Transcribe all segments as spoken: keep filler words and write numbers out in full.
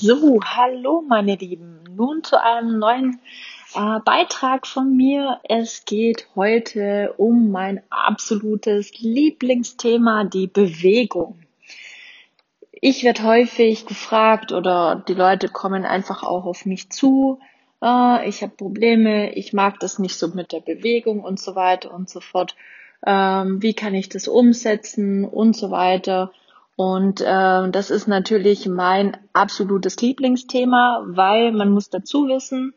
So, hallo meine Lieben. Nun zu einem neuen äh, Beitrag von mir. Es geht heute um mein absolutes Lieblingsthema, die Bewegung. Ich werde häufig gefragt oder die Leute kommen einfach auch auf mich zu. Äh, ich habe Probleme, ich mag das nicht so mit der Bewegung und so weiter und so fort. Ähm, wie kann ich das umsetzen und so weiter. Und äh, das ist natürlich mein absolutes Lieblingsthema, weil man muss dazu wissen,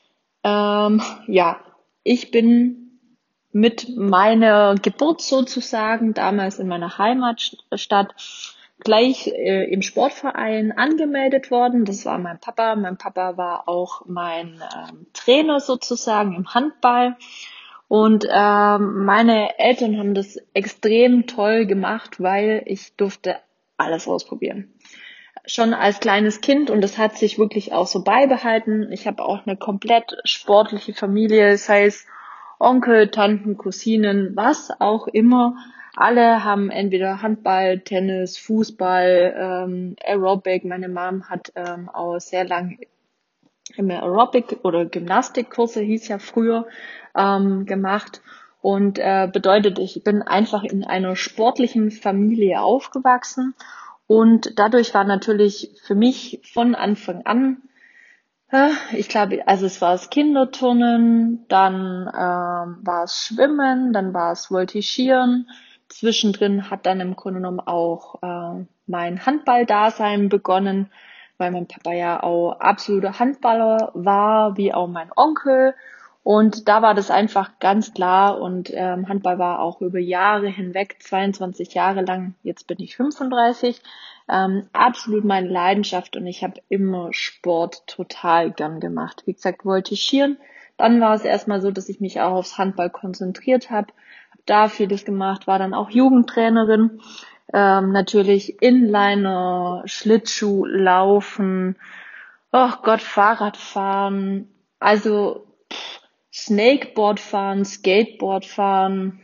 ähm, ja, ich bin mit meiner Geburt sozusagen damals in meiner Heimatstadt gleich äh, im Sportverein angemeldet worden. Das war mein Papa. Mein Papa war auch mein ähm, Trainer sozusagen im Handball. Und ähm, meine Eltern haben das extrem toll gemacht, weil ich durfte alles ausprobieren. Schon als kleines Kind, und das hat sich wirklich auch so beibehalten. Ich habe auch eine komplett sportliche Familie, das heißt Onkel, Tanten, Cousinen, was auch immer. Alle haben entweder Handball, Tennis, Fußball, ähm, Aerobic. Meine Mom hat ähm, auch sehr lang im Aerobic oder Gymnastikkurse, hieß ja früher, ähm, gemacht. Und äh, bedeutet, ich bin einfach in einer sportlichen Familie aufgewachsen. Und dadurch war natürlich für mich von Anfang an, äh, ich glaube, also es war das Kinderturnen, dann ähm, war es Schwimmen, dann war es Voltigieren. Zwischendrin hat dann im Grunde genommen auch äh, mein Handball-Dasein begonnen, weil mein Papa ja auch absoluter Handballer war, wie auch mein Onkel. Und da war das einfach ganz klar, und ähm, Handball war auch über Jahre hinweg, zweiundzwanzig Jahre lang, jetzt bin ich fünfunddreißig, ähm, absolut meine Leidenschaft, und ich habe immer Sport total gern gemacht. Wie gesagt, Voltigieren. Dann war es erstmal so, dass ich mich auch aufs Handball konzentriert habe, habe da vieles gemacht, war dann auch Jugendtrainerin, ähm, natürlich Inliner, Schlittschuh, Laufen, oh Gott, Fahrradfahren, also Snakeboard fahren, Skateboard fahren,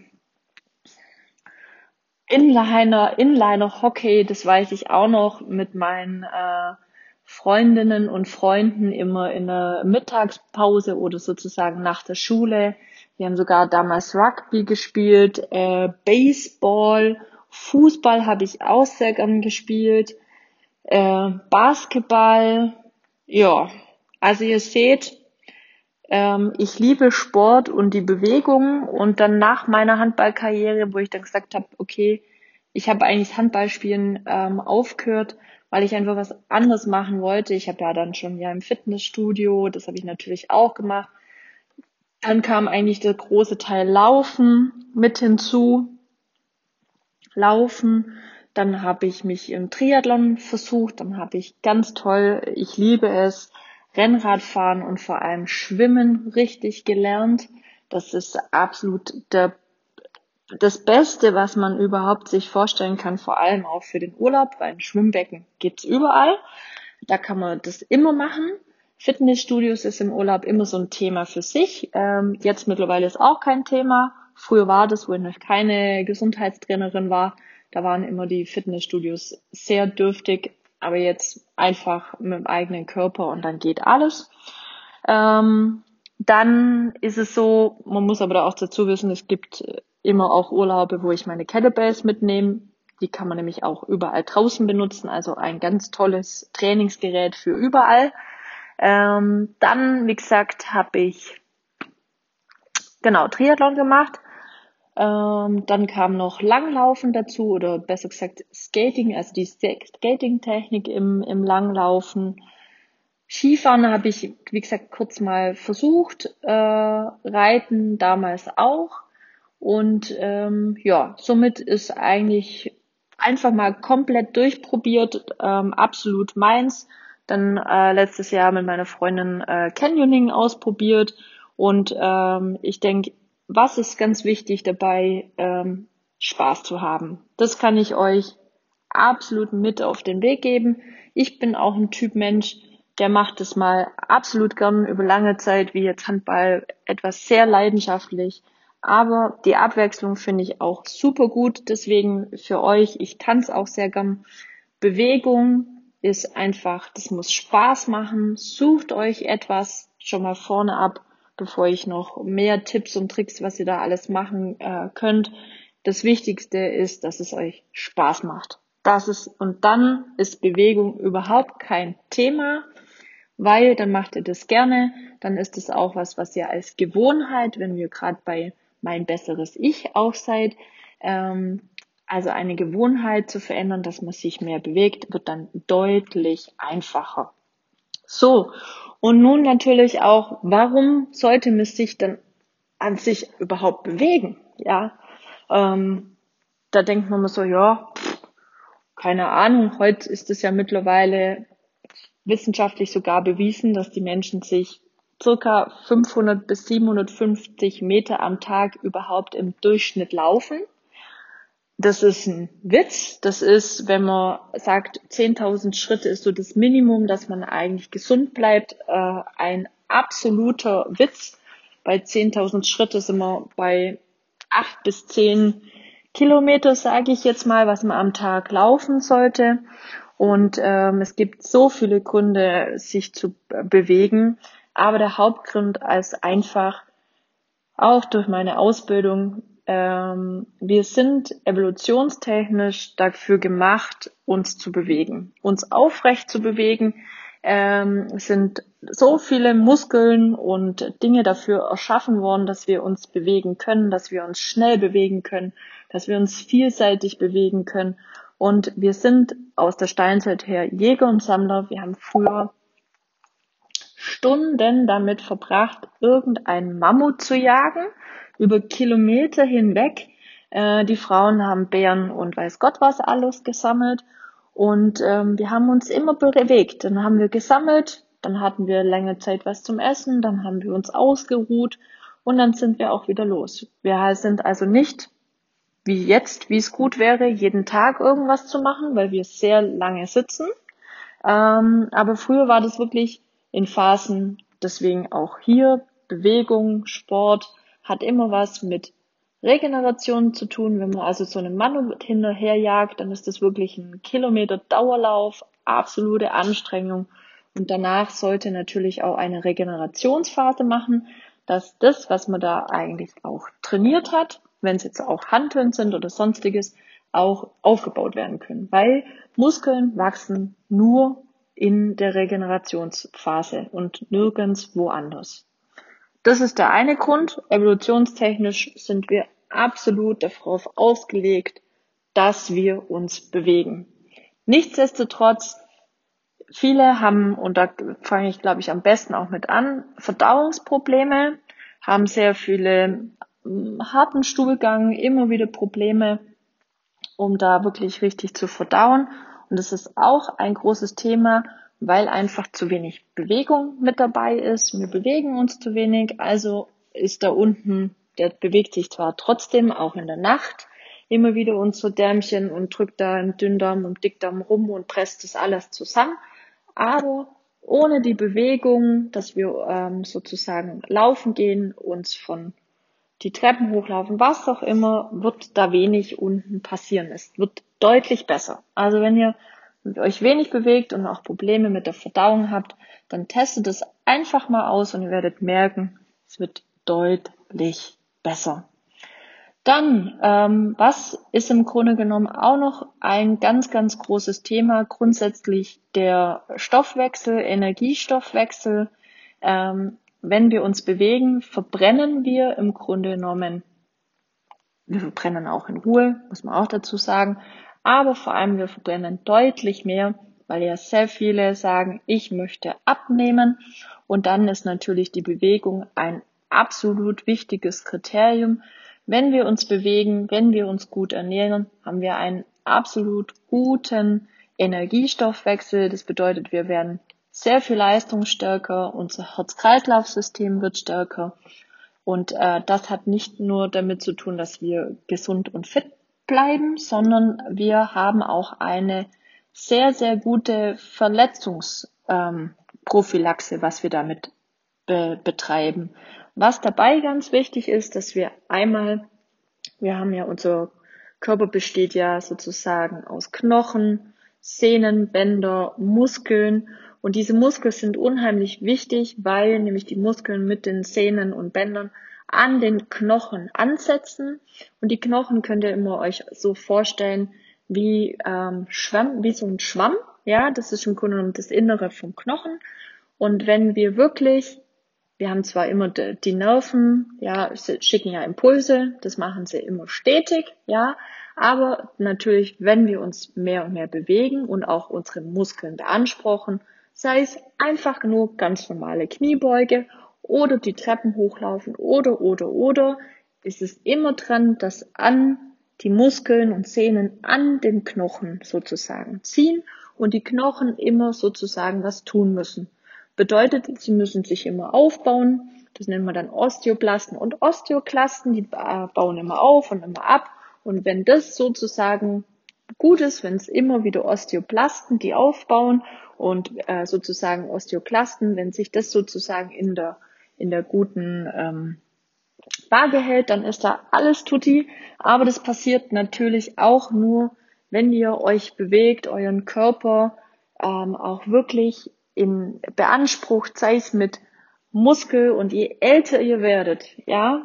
Inliner, Inliner Hockey, das weiß ich auch noch, mit meinen äh, Freundinnen und Freunden immer in der Mittagspause oder sozusagen nach der Schule. Wir haben sogar damals Rugby gespielt, äh, Baseball, Fußball habe ich auch sehr gern gespielt, äh, Basketball. Ja, also ihr seht, ähm, ich liebe Sport und die Bewegung, und dann nach meiner Handballkarriere, wo ich dann gesagt habe, okay, ich habe eigentlich Handballspielen ähm, aufgehört, weil ich einfach was anderes machen wollte. Ich habe ja dann schon ja im Fitnessstudio, das habe ich natürlich auch gemacht. Dann kam eigentlich der große Teil Laufen mit hinzu. Laufen. Dann habe ich mich im Triathlon versucht. Dann habe ich ganz toll, ich liebe es, Rennradfahren und vor allem Schwimmen richtig gelernt. Das ist absolut der, das Beste, was man überhaupt sich vorstellen kann, vor allem auch für den Urlaub, weil ein Schwimmbecken gibt's überall. Da kann man das immer machen. Fitnessstudios ist im Urlaub immer so ein Thema für sich. Ähm, jetzt mittlerweile ist auch kein Thema. Früher war das, wo ich noch keine Gesundheitstrainerin war. Da waren immer die Fitnessstudios sehr dürftig, aber jetzt einfach mit dem eigenen Körper, und dann geht alles. Ähm, Dann ist es so, man muss aber da auch dazu wissen, es gibt immer auch Urlaube, wo ich meine Kettlebells mitnehme. Die kann man nämlich auch überall draußen benutzen, also ein ganz tolles Trainingsgerät für überall. Ähm, dann, wie gesagt, habe ich genau Triathlon gemacht. Ähm, dann kam noch Langlaufen dazu, oder besser gesagt Skating, also die Skating-Technik im, im Langlaufen. Skifahren habe ich, wie gesagt, kurz mal versucht, äh, Reiten damals auch. Und ähm, ja, somit ist eigentlich einfach mal komplett durchprobiert, ähm, absolut meins. Dann äh, letztes Jahr mit meiner Freundin äh, Canyoning ausprobiert. Und ähm, ich denke, was ist ganz wichtig dabei, ähm, Spaß zu haben. Das kann ich euch absolut mit auf den Weg geben. Ich bin auch ein Typ Mensch, der macht es mal absolut gern über lange Zeit, wie jetzt Handball, etwas sehr leidenschaftlich. Aber die Abwechslung finde ich auch super gut. Deswegen für euch, ich tanze auch sehr gern. Bewegung, ist einfach, das muss Spaß machen. Sucht euch etwas schon mal vorne ab, bevor ich noch mehr Tipps und Tricks, was ihr da alles machen äh, könnt. Das Wichtigste ist, dass es euch Spaß macht. Das ist, und dann ist Bewegung überhaupt kein Thema, weil dann macht ihr das gerne. Dann ist es auch was, was ihr als Gewohnheit, wenn wir gerade bei mein besseres Ich auch seid, ähm, also eine Gewohnheit zu verändern, dass man sich mehr bewegt, wird dann deutlich einfacher. So, und nun natürlich auch, warum sollte man sich dann an sich überhaupt bewegen? Ja, ähm, da denkt man mal so, ja, pff, keine Ahnung, heute ist es ja mittlerweile wissenschaftlich sogar bewiesen, dass die Menschen sich circa fünfhundert bis siebenhundertfünfzig Meter am Tag überhaupt im Durchschnitt laufen. Das ist ein Witz. Das ist, wenn man sagt, zehntausend Schritte ist so das Minimum, dass man eigentlich gesund bleibt, äh, ein absoluter Witz. Bei zehntausend Schritte sind wir bei acht bis zehn Kilometer, sage ich jetzt mal, was man am Tag laufen sollte. Und ähm, es gibt so viele Gründe, sich zu bewegen. Aber der Hauptgrund ist einfach, auch durch meine Ausbildung, ähm, wir sind evolutionstechnisch dafür gemacht, uns zu bewegen, uns aufrecht zu bewegen. Ähm, es sind so viele Muskeln und Dinge dafür erschaffen worden, dass wir uns bewegen können, dass wir uns schnell bewegen können, dass wir uns vielseitig bewegen können. Und wir sind aus der Steinzeit her Jäger und Sammler. Wir haben früher Stunden damit verbracht, irgendein Mammut zu jagen, über Kilometer hinweg. Äh, die Frauen haben Bären und weiß Gott was alles gesammelt. Und ähm, wir haben uns immer bewegt. Dann haben wir gesammelt, dann hatten wir lange Zeit was zum Essen, dann haben wir uns ausgeruht und dann sind wir auch wieder los. Wir sind also nicht wie jetzt, wie es gut wäre, jeden Tag irgendwas zu machen, weil wir sehr lange sitzen. Ähm, aber früher war das wirklich in Phasen, deswegen auch hier Bewegung, Sport hat immer was mit Regeneration zu tun. Wenn man also so einen Mann hinterherjagt, dann ist das wirklich ein Kilometer Dauerlauf, absolute Anstrengung. Und danach sollte natürlich auch eine Regenerationsphase machen, dass das, was man da eigentlich auch trainiert hat, wenn es jetzt auch Hanteln sind oder sonstiges, auch aufgebaut werden können. Weil Muskeln wachsen nur in der Regenerationsphase und nirgends woanders. Das ist der eine Grund. Evolutionstechnisch sind wir absolut darauf ausgelegt, dass wir uns bewegen. Nichtsdestotrotz, viele haben, und da fange ich glaube ich am besten auch mit an, Verdauungsprobleme, haben sehr viele harten Stuhlgang, immer wieder Probleme, um da wirklich richtig zu verdauen. Und das ist auch ein großes Thema, weil einfach zu wenig Bewegung mit dabei ist. Wir bewegen uns zu wenig, also ist da unten, der bewegt sich zwar trotzdem, auch in der Nacht, immer wieder unser Därmchen und drückt da im Dünndarm und Dickdarm rum und presst das alles zusammen. Aber ohne die Bewegung, dass wir ähm, sozusagen laufen gehen, uns von die Treppen hochlaufen, was auch immer, wird da wenig unten passieren. Es wird deutlich besser. Also wenn ihr euch wenig bewegt und auch Probleme mit der Verdauung habt, dann testet es einfach mal aus und ihr werdet merken, es wird deutlich besser. Dann, ähm, was ist im Grunde genommen auch noch ein ganz, ganz großes Thema? Grundsätzlich der Stoffwechsel, Energiestoffwechsel. Ähm, wenn wir uns bewegen, verbrennen wir im Grunde genommen, wir verbrennen auch in Ruhe, muss man auch dazu sagen, aber vor allem wir verbrennen deutlich mehr, weil ja sehr viele sagen, ich möchte abnehmen, und dann ist natürlich die Bewegung ein absolut wichtiges Kriterium. Wenn wir uns bewegen, wenn wir uns gut ernähren, haben wir einen absolut guten Energiestoffwechsel. Das bedeutet, wir werden sehr viel leistungsstärker, unser Herz-Kreislauf-System wird stärker. Und äh, das hat nicht nur damit zu tun, dass wir gesund und fit bleiben, sondern wir haben auch eine sehr, sehr gute Verletzungsprophylaxe, ähm, was wir damit be- betreiben. Was dabei ganz wichtig ist, dass wir einmal, wir haben ja, unser Körper besteht ja sozusagen aus Knochen, Sehnen, Bänder, Muskeln. Und diese Muskeln sind unheimlich wichtig, weil nämlich die Muskeln mit den Sehnen und Bändern an den Knochen ansetzen. Und die Knochen könnt ihr immer euch so vorstellen wie ähm, Schwamm, wie so ein Schwamm. Ja, das ist im Grunde genommen das Innere vom Knochen. Und wenn wir wirklich, wir haben zwar immer die, die Nerven, ja, schicken ja Impulse, das machen sie immer stetig, ja, aber natürlich, wenn wir uns mehr und mehr bewegen und auch unsere Muskeln beanspruchen, sei es einfach nur ganz normale Kniebeuge oder die Treppen hochlaufen oder, oder, oder, ist es immer dran, dass an die Muskeln und Sehnen an den Knochen sozusagen ziehen und die Knochen immer sozusagen was tun müssen. Bedeutet, sie müssen sich immer aufbauen. Das nennen wir dann Osteoblasten und Osteoklasten. Die bauen immer auf und immer ab. Und wenn das sozusagen gut ist, wenn es immer wieder Osteoblasten, die aufbauen und äh, sozusagen Osteoklasten, wenn sich das sozusagen in der in der guten ähm, Waage hält, dann ist da alles tutti. Aber das passiert natürlich auch nur, wenn ihr euch bewegt, euren Körper ähm, auch wirklich in beansprucht, sei es mit Muskel. Und je älter ihr werdet, ja,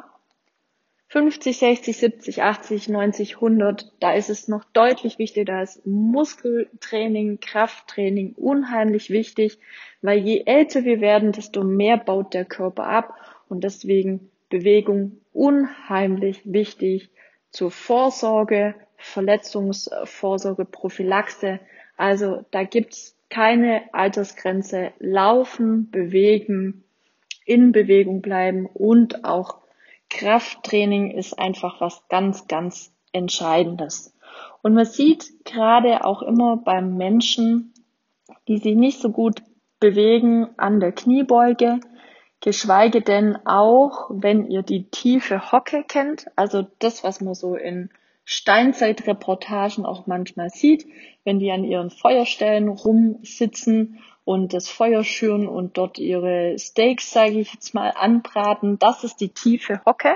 fünfzig, sechzig, siebzig, achtzig, neunzig, hundert, da ist es noch deutlich wichtiger, da ist Muskeltraining, Krafttraining unheimlich wichtig, weil je älter wir werden, desto mehr baut der Körper ab und deswegen Bewegung unheimlich wichtig zur Vorsorge, Verletzungsvorsorge, Prophylaxe. Also da gibt's keine Altersgrenze. Laufen, bewegen, in Bewegung bleiben und auch Krafttraining ist einfach was ganz, ganz Entscheidendes. Und man sieht gerade auch immer beim Menschen, die sich nicht so gut bewegen an der Kniebeuge, geschweige denn auch, wenn ihr die tiefe Hocke kennt, also das, was man so in Steinzeitreportagen auch manchmal sieht, wenn die an ihren Feuerstellen rumsitzen und das Feuer schüren und dort ihre Steaks, sage ich jetzt mal, anbraten. Das ist die tiefe Hocke.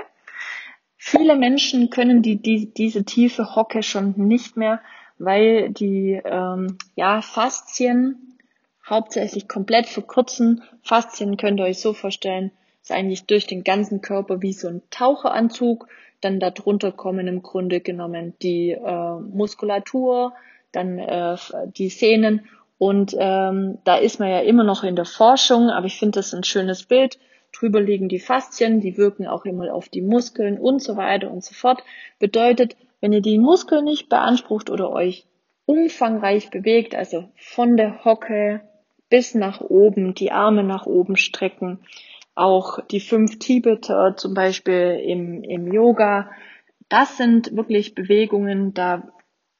Viele Menschen können die, die diese tiefe Hocke schon nicht mehr, weil die ähm, ja Faszien hauptsächlich komplett verkürzen. Faszien könnt ihr euch so vorstellen, ist eigentlich durch den ganzen Körper wie so ein Taucheranzug. Dann darunter kommen im Grunde genommen die äh, Muskulatur, dann äh, die Sehnen. Und ähm, da ist man ja immer noch in der Forschung, aber ich finde das ein schönes Bild. Drüber liegen die Faszien, die wirken auch immer auf die Muskeln und so weiter und so fort. Bedeutet, wenn ihr die Muskeln nicht beansprucht oder euch umfangreich bewegt, also von der Hocke bis nach oben, die Arme nach oben strecken, auch die fünf Tibeter zum Beispiel im, im Yoga, das sind wirklich Bewegungen, da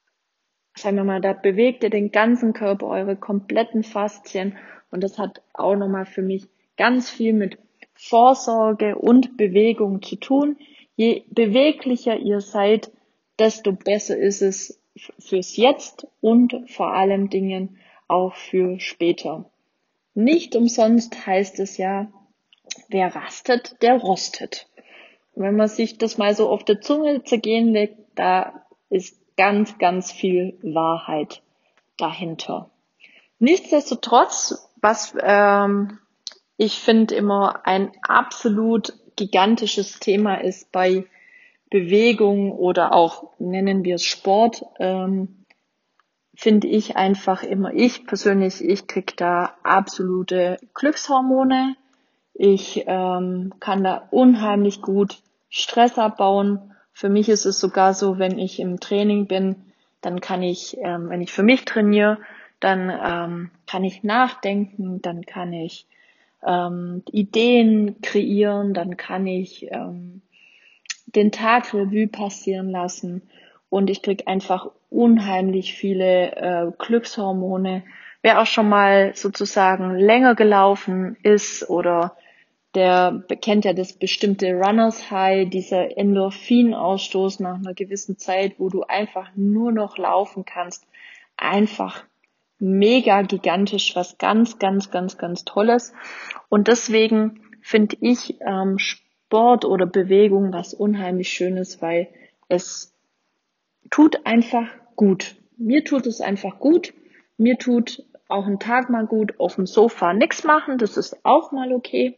sagen wir mal, da bewegt ihr den ganzen Körper, eure kompletten Faszien und das hat auch nochmal für mich ganz viel mit Vorsorge und Bewegung zu tun. Je beweglicher ihr seid, desto besser ist es fürs Jetzt und vor allem Dingen auch für später. Nicht umsonst heißt es ja, wer rastet, der rostet. Und wenn man sich das mal so auf der Zunge zergehen legt, da ist ganz, ganz viel Wahrheit dahinter. Nichtsdestotrotz, was ähm, ich finde immer ein absolut gigantisches Thema ist bei Bewegung oder auch nennen wir es Sport, ähm, finde ich einfach immer, ich persönlich, ich krieg da absolute Glückshormone. Ich ähm, kann da unheimlich gut Stress abbauen. Für mich ist es sogar so, wenn ich im Training bin, dann kann ich, ähm, wenn ich für mich trainiere, dann ähm, kann ich nachdenken, dann kann ich ähm, Ideen kreieren, dann kann ich ähm, den Tag Revue passieren lassen und ich krieg einfach unheimlich viele äh, Glückshormone. Wer auch schon mal sozusagen länger gelaufen ist oder der kennt ja das bestimmte Runners High, dieser Endorphinausstoß nach einer gewissen Zeit, wo du einfach nur noch laufen kannst. Einfach mega gigantisch, was ganz, ganz, ganz, ganz Tolles. Und deswegen finde ich ähm, Sport oder Bewegung was unheimlich Schönes, weil es tut einfach gut. Mir tut es einfach gut Mir tut auch ein Tag mal gut auf dem Sofa nichts machen, das ist auch mal okay.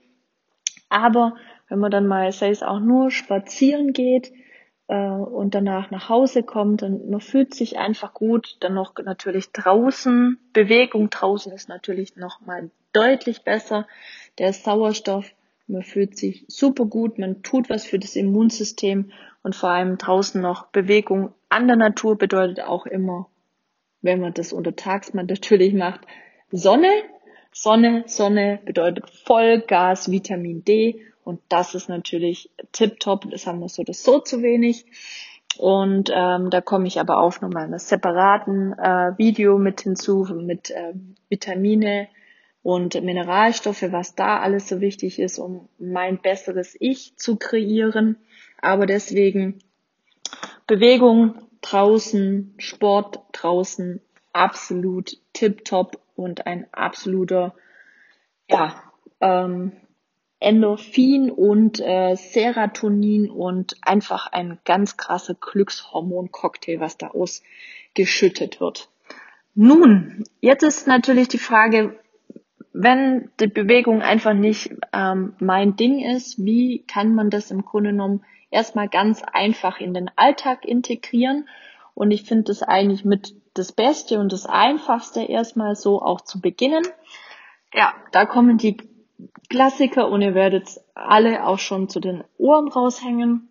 Aber wenn man dann mal, sei es auch nur spazieren geht äh, und danach nach Hause kommt, dann man fühlt sich einfach gut. Dann noch natürlich draußen, Bewegung draußen ist natürlich noch mal deutlich besser. Der Sauerstoff, man fühlt sich super gut, man tut was für das Immunsystem und vor allem draußen noch Bewegung an der Natur bedeutet auch immer, wenn man das untertags mal natürlich macht, Sonne. Sonne, Sonne bedeutet Vollgas Vitamin D und das ist natürlich tipptopp. Das haben wir so oder so zu wenig. Und ähm, da komme ich aber auch nochmal in einem separaten äh, Video mit hinzu, mit äh, Vitamine und Mineralstoffe, was da alles so wichtig ist, um mein besseres Ich zu kreieren. Aber deswegen Bewegung draußen, Sport draußen, absolut tipptopp und ein absoluter, ja, ähm, Endorphin und äh, Serotonin und einfach ein ganz krasser Glückshormon-Cocktail, was da ausgeschüttet wird. Nun, jetzt ist natürlich die Frage, wenn die Bewegung einfach nicht ähm, mein Ding ist, wie kann man das im Grunde genommen erstmal ganz einfach in den Alltag integrieren? Und ich finde das eigentlich mit das Beste und das Einfachste erstmal so auch zu beginnen. Ja, da kommen die Klassiker und ihr werdet alle auch schon zu den Ohren raushängen.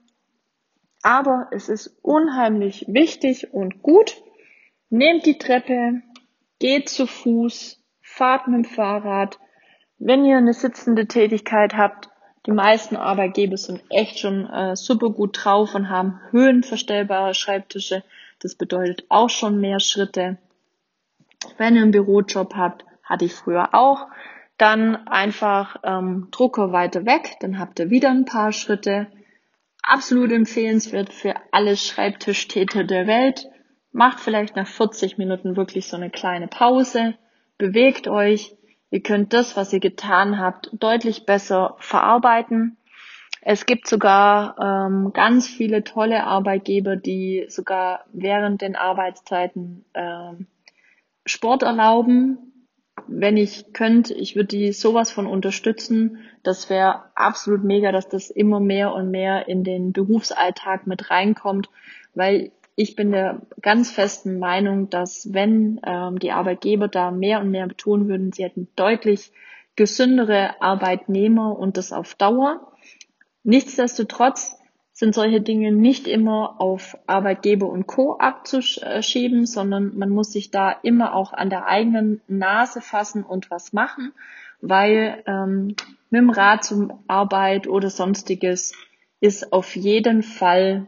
Aber es ist unheimlich wichtig und gut. Nehmt die Treppe, geht zu Fuß, fahrt mit dem Fahrrad. Wenn ihr eine sitzende Tätigkeit habt, die meisten Arbeitgeber sind echt schon äh, super gut drauf und haben höhenverstellbare Schreibtische. Das bedeutet auch schon mehr Schritte. Wenn ihr einen Bürojob habt, hatte ich früher auch, dann einfach ähm, Drucker weiter weg, dann habt ihr wieder ein paar Schritte. Absolut empfehlenswert für alle Schreibtischtäter der Welt. Macht vielleicht nach vierzig Minuten wirklich so eine kleine Pause, bewegt euch. Ihr könnt das, was ihr getan habt, deutlich besser verarbeiten. Es gibt sogar ähm, ganz viele tolle Arbeitgeber, die sogar während den Arbeitszeiten ähm, Sport erlauben. Wenn ich könnte, ich würde die sowas von unterstützen. Das wäre absolut mega, dass das immer mehr und mehr in den Berufsalltag mit reinkommt, weil ich bin der ganz festen Meinung, dass wenn ähm, die Arbeitgeber da mehr und mehr betonen würden, sie hätten deutlich gesündere Arbeitnehmer und das auf Dauer. Nichtsdestotrotz sind solche Dinge nicht immer auf Arbeitgeber und Co. abzuschieben, sondern man muss sich da immer auch an der eigenen Nase fassen und was machen, weil ähm, mit dem Rad zur Arbeit oder sonstiges ist auf jeden Fall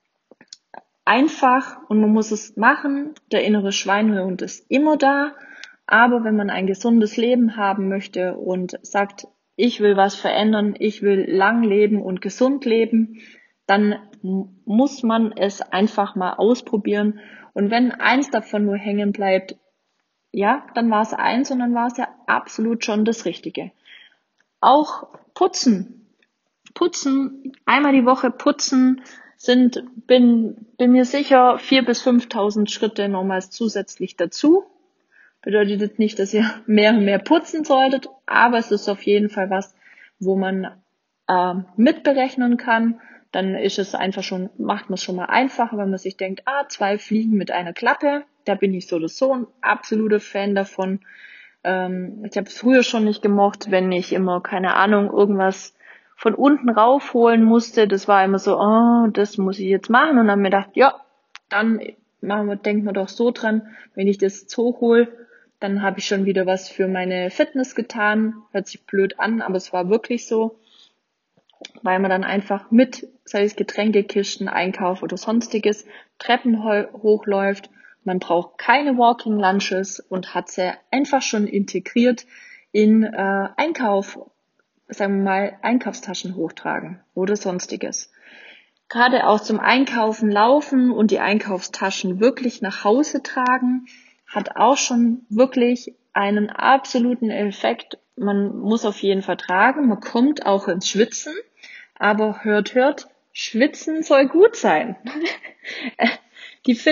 einfach und man muss es machen. Der innere Schweinehund ist immer da, aber wenn man ein gesundes Leben haben möchte und sagt, ich will was verändern, ich will lang leben und gesund leben, dann muss man es einfach mal ausprobieren. Und wenn eins davon nur hängen bleibt, ja, dann war es eins und dann war es ja absolut schon das Richtige. Auch putzen. Putzen, einmal die Woche putzen sind, bin, bin mir sicher, viertausend bis fünftausend Schritte nochmals zusätzlich dazu. Bedeutet jetzt nicht, dass ihr mehr und mehr putzen solltet, aber es ist auf jeden Fall was, wo man äh, mitberechnen kann. Dann ist es einfach schon, macht man es schon mal einfacher, wenn man sich denkt, ah, zwei Fliegen mit einer Klappe. Da bin ich so oder so ein absoluter Fan davon. Ähm, ich habe es früher schon nicht gemocht, wenn ich immer, keine Ahnung, irgendwas von unten raufholen musste. Das war immer so, oh, das muss ich jetzt machen. Und dann haben wir gedacht, ja, dann machen wir, denkt man doch so dran, wenn ich das jetzt hochhole, dann habe ich schon wieder was für meine Fitness getan. Hört sich blöd an, aber es war wirklich so, weil man dann einfach mit, sei es Getränkekisten, Einkauf oder sonstiges, Treppen hochläuft. Man braucht keine Walking Lunches und hat sie einfach schon integriert in äh, Einkauf, sagen wir mal, Einkaufstaschen hochtragen oder sonstiges. Gerade auch zum Einkaufen laufen und die Einkaufstaschen wirklich nach Hause tragen, hat auch schon wirklich einen absoluten Effekt. Man muss auf jeden Fall tragen, man kommt auch ins Schwitzen, aber hört, hört, Schwitzen soll gut sein. Die Finnen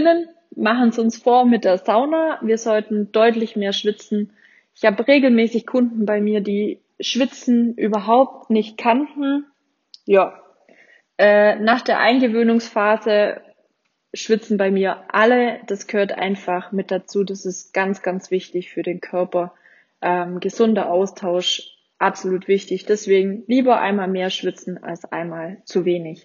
machen es uns vor mit der Sauna. Wir sollten deutlich mehr schwitzen. Ich habe regelmäßig Kunden bei mir, die Schwitzen überhaupt nicht kannten. Ja, äh, nach der Eingewöhnungsphase schwitzen bei mir alle. Das gehört einfach mit dazu. Das ist ganz, ganz wichtig für den Körper. Ähm, gesunder Austausch, absolut wichtig. Deswegen lieber einmal mehr schwitzen als einmal zu wenig.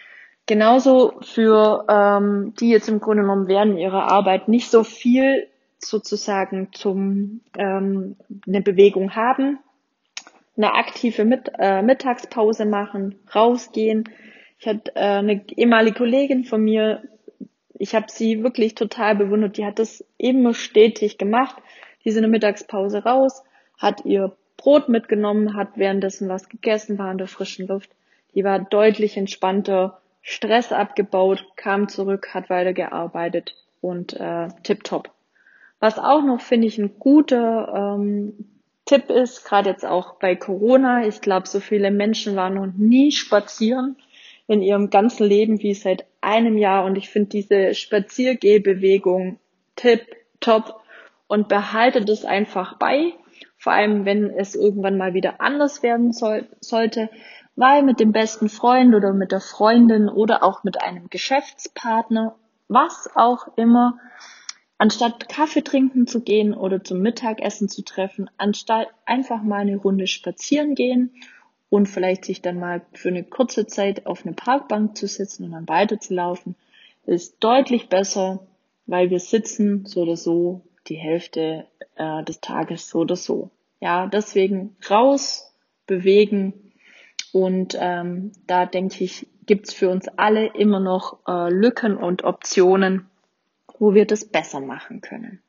Genauso für ähm, die jetzt im Grunde genommen während ihrer Arbeit nicht so viel sozusagen zum ähm, eine Bewegung haben, eine aktive Mit äh, Mittagspause machen, rausgehen. Ich hatte äh, eine ehemalige Kollegin von mir, ich habe sie wirklich total bewundert, die hat das immer stetig gemacht. Die ist in der Mittagspause raus, hat ihr Brot mitgenommen, hat währenddessen was gegessen, war in der frischen Luft. Die war deutlich entspannter, Stress abgebaut, kam zurück, hat weitergearbeitet und äh, tipptopp. Was auch noch, finde ich, ein guter ähm, Tipp ist, gerade jetzt auch bei Corona, ich glaube, so viele Menschen waren noch nie spazieren in ihrem ganzen Leben wie seit einem Jahr und ich finde diese Spaziergehbewegung tipptopp und behalte das einfach bei, vor allem wenn es irgendwann mal wieder anders werden soll, sollte, weil mit dem besten Freund oder mit der Freundin oder auch mit einem Geschäftspartner, was auch immer, anstatt Kaffee trinken zu gehen oder zum Mittagessen zu treffen, anstatt einfach mal eine Runde spazieren gehen und vielleicht sich dann mal für eine kurze Zeit auf eine Parkbank zu sitzen und dann weiterzulaufen, ist deutlich besser, weil wir sitzen so oder so die Hälfte äh, des Tages so oder so. Ja, deswegen raus, bewegen und ähm, da denke ich, gibt's für uns alle immer noch äh, Lücken und Optionen, wo wir das besser machen können.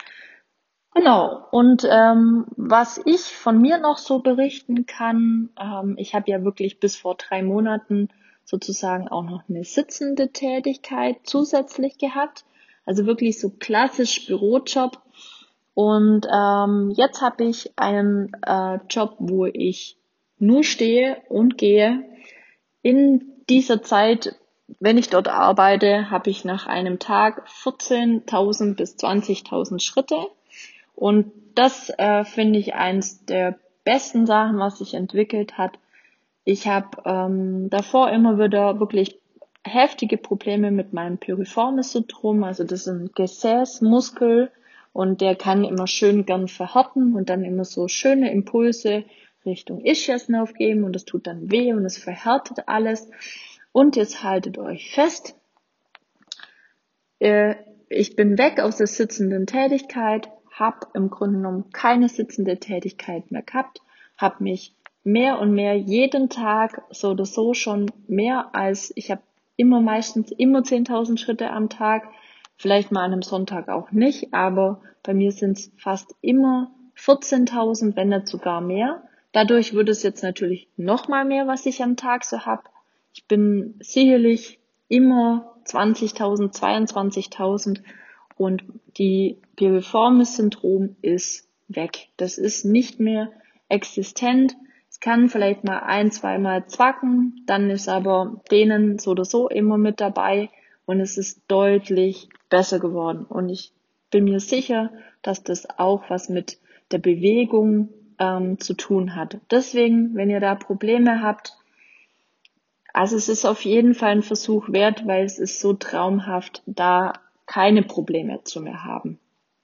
Genau. Und ähm, was ich von mir noch so berichten kann, ähm, ich habe ja wirklich bis vor drei Monaten sozusagen auch noch eine sitzende Tätigkeit zusätzlich gehabt. Also wirklich so klassisch Bürojob. Und ähm, jetzt habe ich einen äh, Job, wo ich nur stehe und gehe. In dieser Zeit, wenn ich dort arbeite, habe ich nach einem Tag vierzehntausend bis zwanzigtausend Schritte. Und das äh, finde ich eins der besten Sachen, was sich entwickelt hat. Ich habe ähm, davor immer wieder wirklich heftige Probleme mit meinem Piriformis-Syndrom. Also das ist ein Gesäßmuskel und der kann immer schön gern verhärten und dann immer so schöne Impulse Richtung Ischiasnerv geben und das tut dann weh und es verhärtet alles. Und jetzt haltet euch fest, äh, ich bin weg aus der sitzenden Tätigkeit, habe im Grunde genommen keine sitzende Tätigkeit mehr gehabt, habe mich mehr und mehr jeden Tag so oder so schon mehr als, ich habe immer meistens immer zehntausend Schritte am Tag, vielleicht mal an einem Sonntag auch nicht, aber bei mir sind es fast immer vierzehntausend, wenn nicht sogar mehr. Dadurch wird es jetzt natürlich noch mal mehr, was ich am Tag so habe. Ich bin sicherlich immer zwanzigtausend, zweiundzwanzigtausend und die Piriformis-Syndrom ist weg. Das ist nicht mehr existent. Es kann vielleicht mal ein, zweimal zwacken, dann ist aber denen so oder so immer mit dabei und es ist deutlich besser geworden. Und ich bin mir sicher, dass das auch was mit der Bewegung ähm, zu tun hat. Deswegen, wenn ihr da Probleme habt, also es ist auf jeden Fall ein Versuch wert, weil es ist so traumhaft, da keine Probleme zu mehr haben.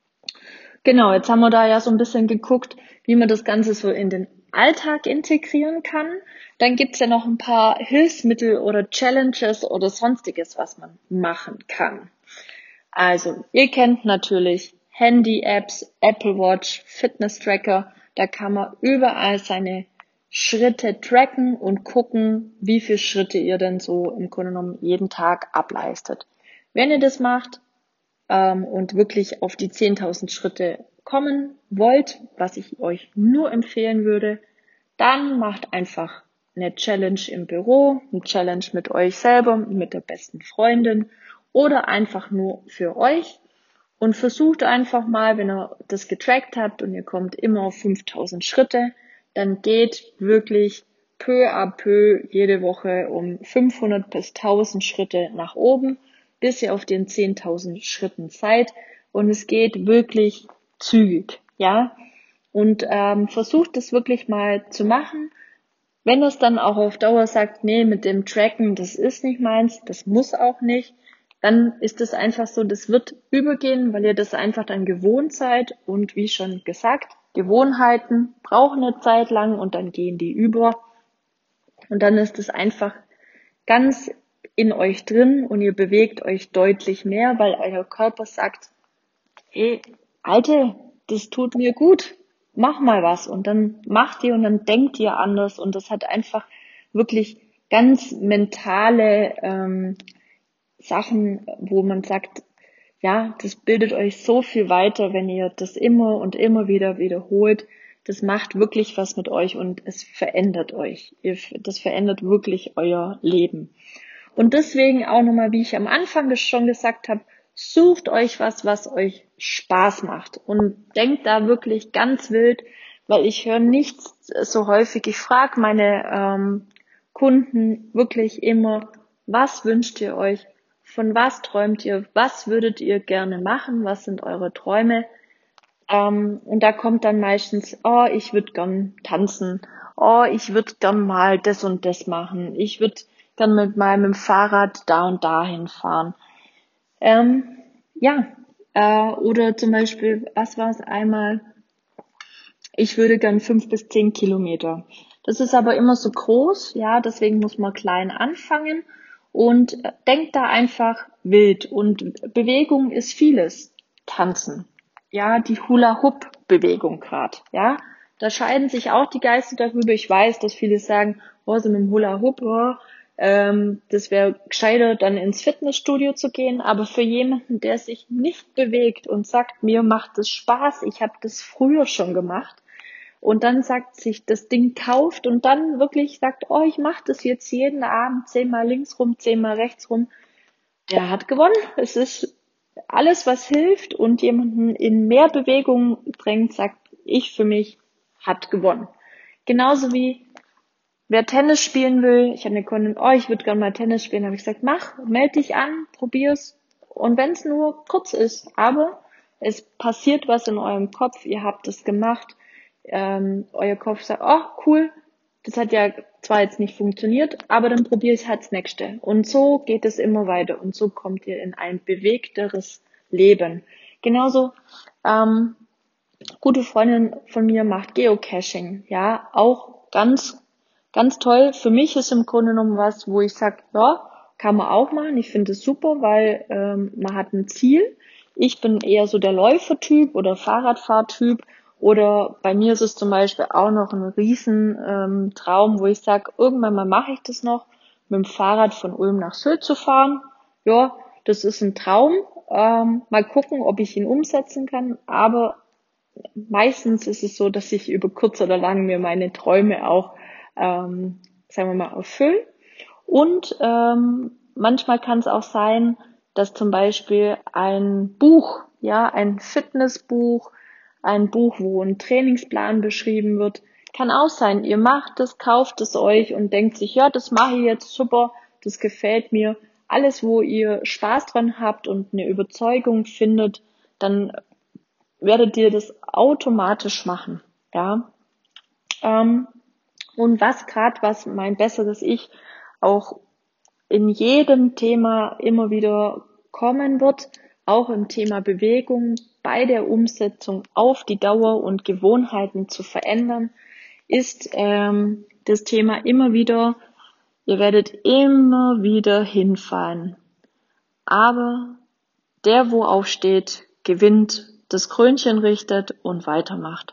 Genau, jetzt haben wir da ja so ein bisschen geguckt, wie man das Ganze so in den Alltag integrieren kann. Dann gibt's ja noch ein paar Hilfsmittel oder Challenges oder sonstiges, was man machen kann. Also, ihr kennt natürlich Handy-Apps, Apple Watch, Fitness-Tracker. Da kann man überall seine Schritte tracken und gucken, wie viele Schritte ihr denn so im Grunde genommen jeden Tag ableistet. Wenn ihr das macht ähm, und wirklich auf die zehntausend Schritte kommen wollt, was ich euch nur empfehlen würde, dann macht einfach eine Challenge im Büro, eine Challenge mit euch selber, mit der besten Freundin oder einfach nur für euch und versucht einfach mal, wenn ihr das getrackt habt und ihr kommt immer auf fünftausend Schritte, dann geht wirklich peu à peu jede Woche um fünfhundert bis tausend Schritte nach oben. bis ihr auf den zehntausend Schritten seid. Und es geht wirklich zügig, ja. Und ähm, versucht es wirklich mal zu machen. Wenn es dann auch auf Dauer sagt, nee, mit dem Tracken, das ist nicht meins, das muss auch nicht, dann ist es einfach so, das wird übergehen, weil ihr das einfach dann gewohnt seid. Und wie schon gesagt, Gewohnheiten brauchen eine Zeit lang und dann gehen die über. Und dann ist es einfach ganz in euch drin und ihr bewegt euch deutlich mehr, weil euer Körper sagt, hey, Alte, das tut mir gut, mach mal was. Und dann macht ihr und dann denkt ihr anders und das hat einfach wirklich ganz mentale ähm, Sachen, wo man sagt, ja, das bildet euch so viel weiter, wenn ihr das immer und immer wieder wiederholt. Das macht wirklich was mit euch und es verändert euch. Das verändert wirklich euer Leben. Und deswegen auch nochmal, wie ich am Anfang schon gesagt habe, sucht euch was, was euch Spaß macht und denkt da wirklich ganz wild, weil ich höre nichts so häufig. Ich frage meine ähm, Kunden wirklich immer, was wünscht ihr euch? Von was träumt ihr? Was würdet ihr gerne machen? Was sind eure Träume? Ähm, und da kommt dann meistens, oh, ich würde gern tanzen. Oh, ich würde gern mal das und das machen. Ich würde gern mit meinem Fahrrad da und dahin fahren. Ähm, ja, äh, oder zum Beispiel, was war es einmal? Ich würde gern fünf bis zehn Kilometer. Das ist aber immer so groß, ja, deswegen muss man klein anfangen und äh, denkt da einfach wild. Und Bewegung ist vieles. Tanzen, ja, die Hula-Hoop-Bewegung gerade, ja. Da scheiden sich auch die Geister darüber. Ich weiß, dass viele sagen, oh, so mit dem Hula-Hoop, oh, ähm, das wäre gescheiter, dann ins Fitnessstudio zu gehen. Aber für jemanden, der sich nicht bewegt und sagt, mir macht es Spaß, ich habe das früher schon gemacht, und dann sagt sich, das Ding kauft und dann wirklich sagt, oh, ich mache das jetzt jeden Abend zehnmal links rum, zehnmal rechts rum, der hat gewonnen. Es ist alles, was hilft und jemanden in mehr Bewegung drängt, sagt, ich für mich, hat gewonnen. Genauso wie, wer Tennis spielen will, ich habe eine Kundin, oh, ich würde gerne mal Tennis spielen, habe ich gesagt, mach, melde dich an, probier's. Und wenn es nur kurz ist, aber es passiert was in eurem Kopf, ihr habt es gemacht, ähm, euer Kopf sagt, oh, cool, das hat ja zwar jetzt nicht funktioniert, aber dann probiere ich halt das nächste. Und so geht es immer weiter und so kommt ihr in ein bewegteres Leben. Genauso, ähm, gute Freundin von mir macht Geocaching, ja, auch ganz, ganz toll. Für mich ist im Grunde genommen was, wo ich sage, ja, kann man auch machen. Ich finde es super, weil ähm, man hat ein Ziel. Ich bin eher so der Läufertyp oder Fahrradfahrtyp. Oder bei mir ist es zum Beispiel auch noch ein riesen ähm, Traum, wo ich sage, irgendwann mal mache ich das noch, mit dem Fahrrad von Ulm nach Sylt zu fahren. Ja, das ist ein Traum. Ähm, mal gucken, ob ich ihn umsetzen kann. Aber meistens ist es so, dass ich über kurz oder lang mir meine Träume auch, ähm, sagen wir mal, erfülle. Und ähm, manchmal kann es auch sein, dass zum Beispiel ein Buch, ja, ein Fitnessbuch, ein Buch, wo ein Trainingsplan beschrieben wird, kann auch sein, ihr macht es, kauft es euch und denkt sich, ja, das mache ich jetzt super, das gefällt mir. Alles, wo ihr Spaß dran habt und eine Überzeugung findet, dann werdet ihr das automatisch machen, ja. Ähm, und was gerade, was mein besseres Ich auch in jedem Thema immer wieder kommen wird, auch im Thema Bewegung, bei der Umsetzung auf die Dauer und Gewohnheiten zu verändern, ist ähm, das Thema immer wieder, ihr werdet immer wieder hinfallen. Aber der, wo aufsteht, gewinnt, das Krönchen richtet und weitermacht.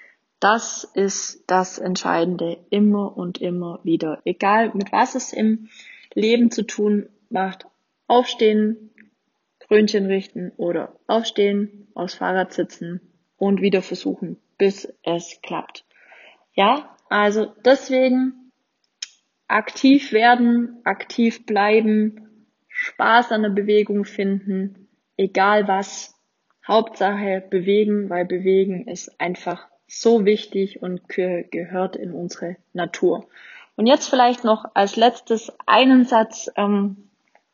Das ist das Entscheidende immer und immer wieder. Egal mit was es im Leben zu tun macht. Aufstehen, Krönchen richten oder aufstehen, aufs Fahrrad sitzen und wieder versuchen, bis es klappt. Ja, also deswegen aktiv werden, aktiv bleiben, Spaß an der Bewegung finden, egal was. Hauptsache bewegen, weil bewegen ist einfach so wichtig und ge- gehört in unsere Natur. Und jetzt vielleicht noch als letztes einen Satz. Ähm,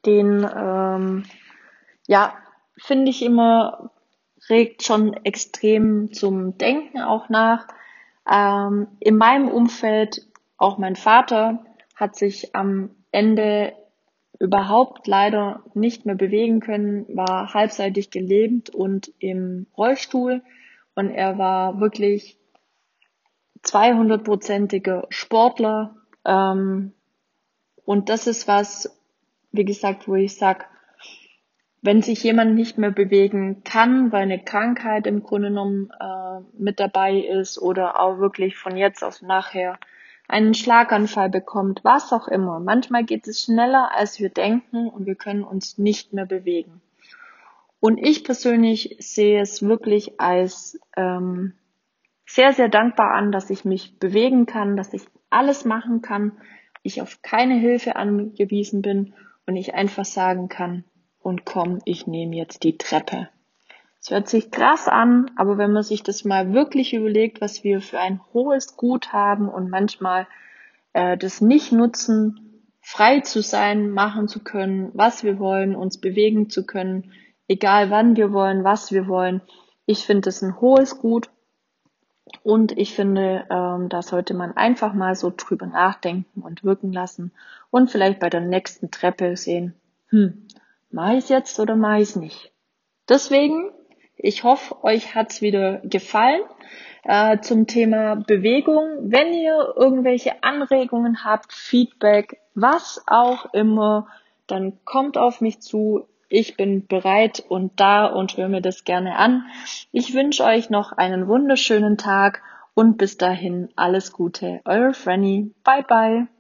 Den, ähm, ja, finde ich immer, regt schon extrem zum Denken auch nach. Ähm, in meinem Umfeld, auch mein Vater, hat sich am Ende überhaupt leider nicht mehr bewegen können, war halbseitig gelähmt und im Rollstuhl. Und er war wirklich zweihundertprozentiger Sportler. Ähm, und das ist was, wie gesagt, wo ich sag, wenn sich jemand nicht mehr bewegen kann, weil eine Krankheit im Grunde genommen äh, mit dabei ist oder auch wirklich von jetzt auf nachher einen Schlaganfall bekommt, was auch immer. Manchmal geht es schneller, als wir denken und wir können uns nicht mehr bewegen. Und ich persönlich sehe es wirklich als ähm, sehr, sehr dankbar an, dass ich mich bewegen kann, dass ich alles machen kann, ich auf keine Hilfe angewiesen bin und ich einfach sagen kann, und komm, ich nehme jetzt die Treppe. Es hört sich krass an, aber wenn man sich das mal wirklich überlegt, was wir für ein hohes Gut haben und manchmal äh, das nicht nutzen, frei zu sein, machen zu können, was wir wollen, uns bewegen zu können, egal wann wir wollen, was wir wollen. Ich finde das ein hohes Gut und ich finde, ähm, da sollte man einfach mal so drüber nachdenken und wirken lassen und vielleicht bei der nächsten Treppe sehen, hm, mache ich es jetzt oder mache ich es nicht? Deswegen, ich hoffe, euch hat's wieder gefallen äh, zum Thema Bewegung. Wenn ihr irgendwelche Anregungen habt, Feedback, was auch immer, dann kommt auf mich zu. Ich bin bereit und da und höre mir das gerne an. Ich wünsche euch noch einen wunderschönen Tag und bis dahin alles Gute. Eure Franny. Bye bye.